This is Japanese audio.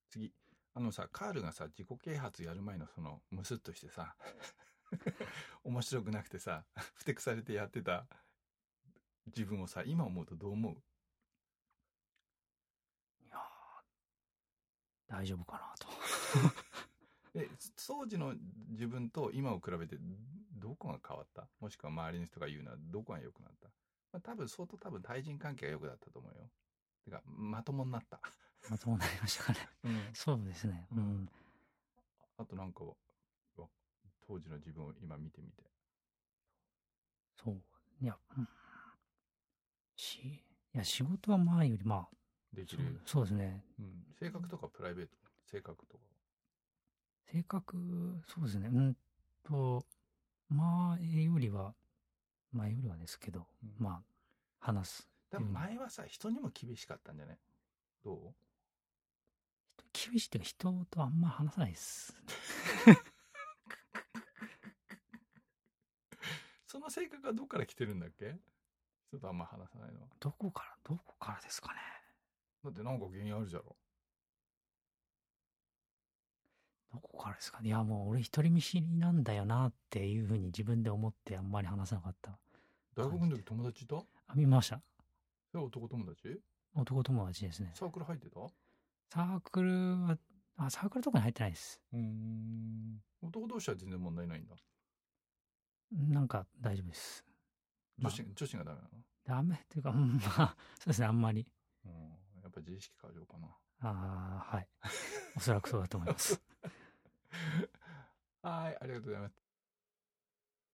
次。カールがさ、自己啓発やる前のその、ムスッとしてさ、面白くなくてさ、ふてくされてやってた自分をさ、今思うとどう思う？ いや大丈夫かなと。 当時の自分と今を比べて、どこが変わった？もしくは周りの人が言うのはどこが良くなった？多分相当対人関係が良くなったと思うよ。てか、まともになった。 まともになりましたかね。 うん。 そうですね。 うん。あとなんか、当時の自分を今見てみて。 そう。いや、いや、仕事は前より、 できる。 そうですね。 うん。性格とかプライベート。性格とか。 性格、そうですね。前よりはですけど、 うん。 話す多分前はさ、人にも厳しかったんじゃない？どう？ 厳しいっていうか、人とあんま話さないです。 その性格はどっから来てるんだっけ？人とあんま話さないのは。 どこからですかね。 だってなんか原因あるじゃろ。 どこからですかね。いや、もう俺一人見知りなんだよなっていうふうに自分で思ってあんまり話さなかった大学感じで。 の時友達いた？ 見ました。 男友達？ 男友達ですね。 サークル入ってた？ サークルは、サークルとかに入ってないです。 男同士は全然問題ないんだ。 なんか大丈夫です。 女子がダメなの？ ダメっていうか、そうですね、あんまり。 やっぱ自意識過剰かな。 はい。おそらくそうだと思います。 はい、ありがとうございます。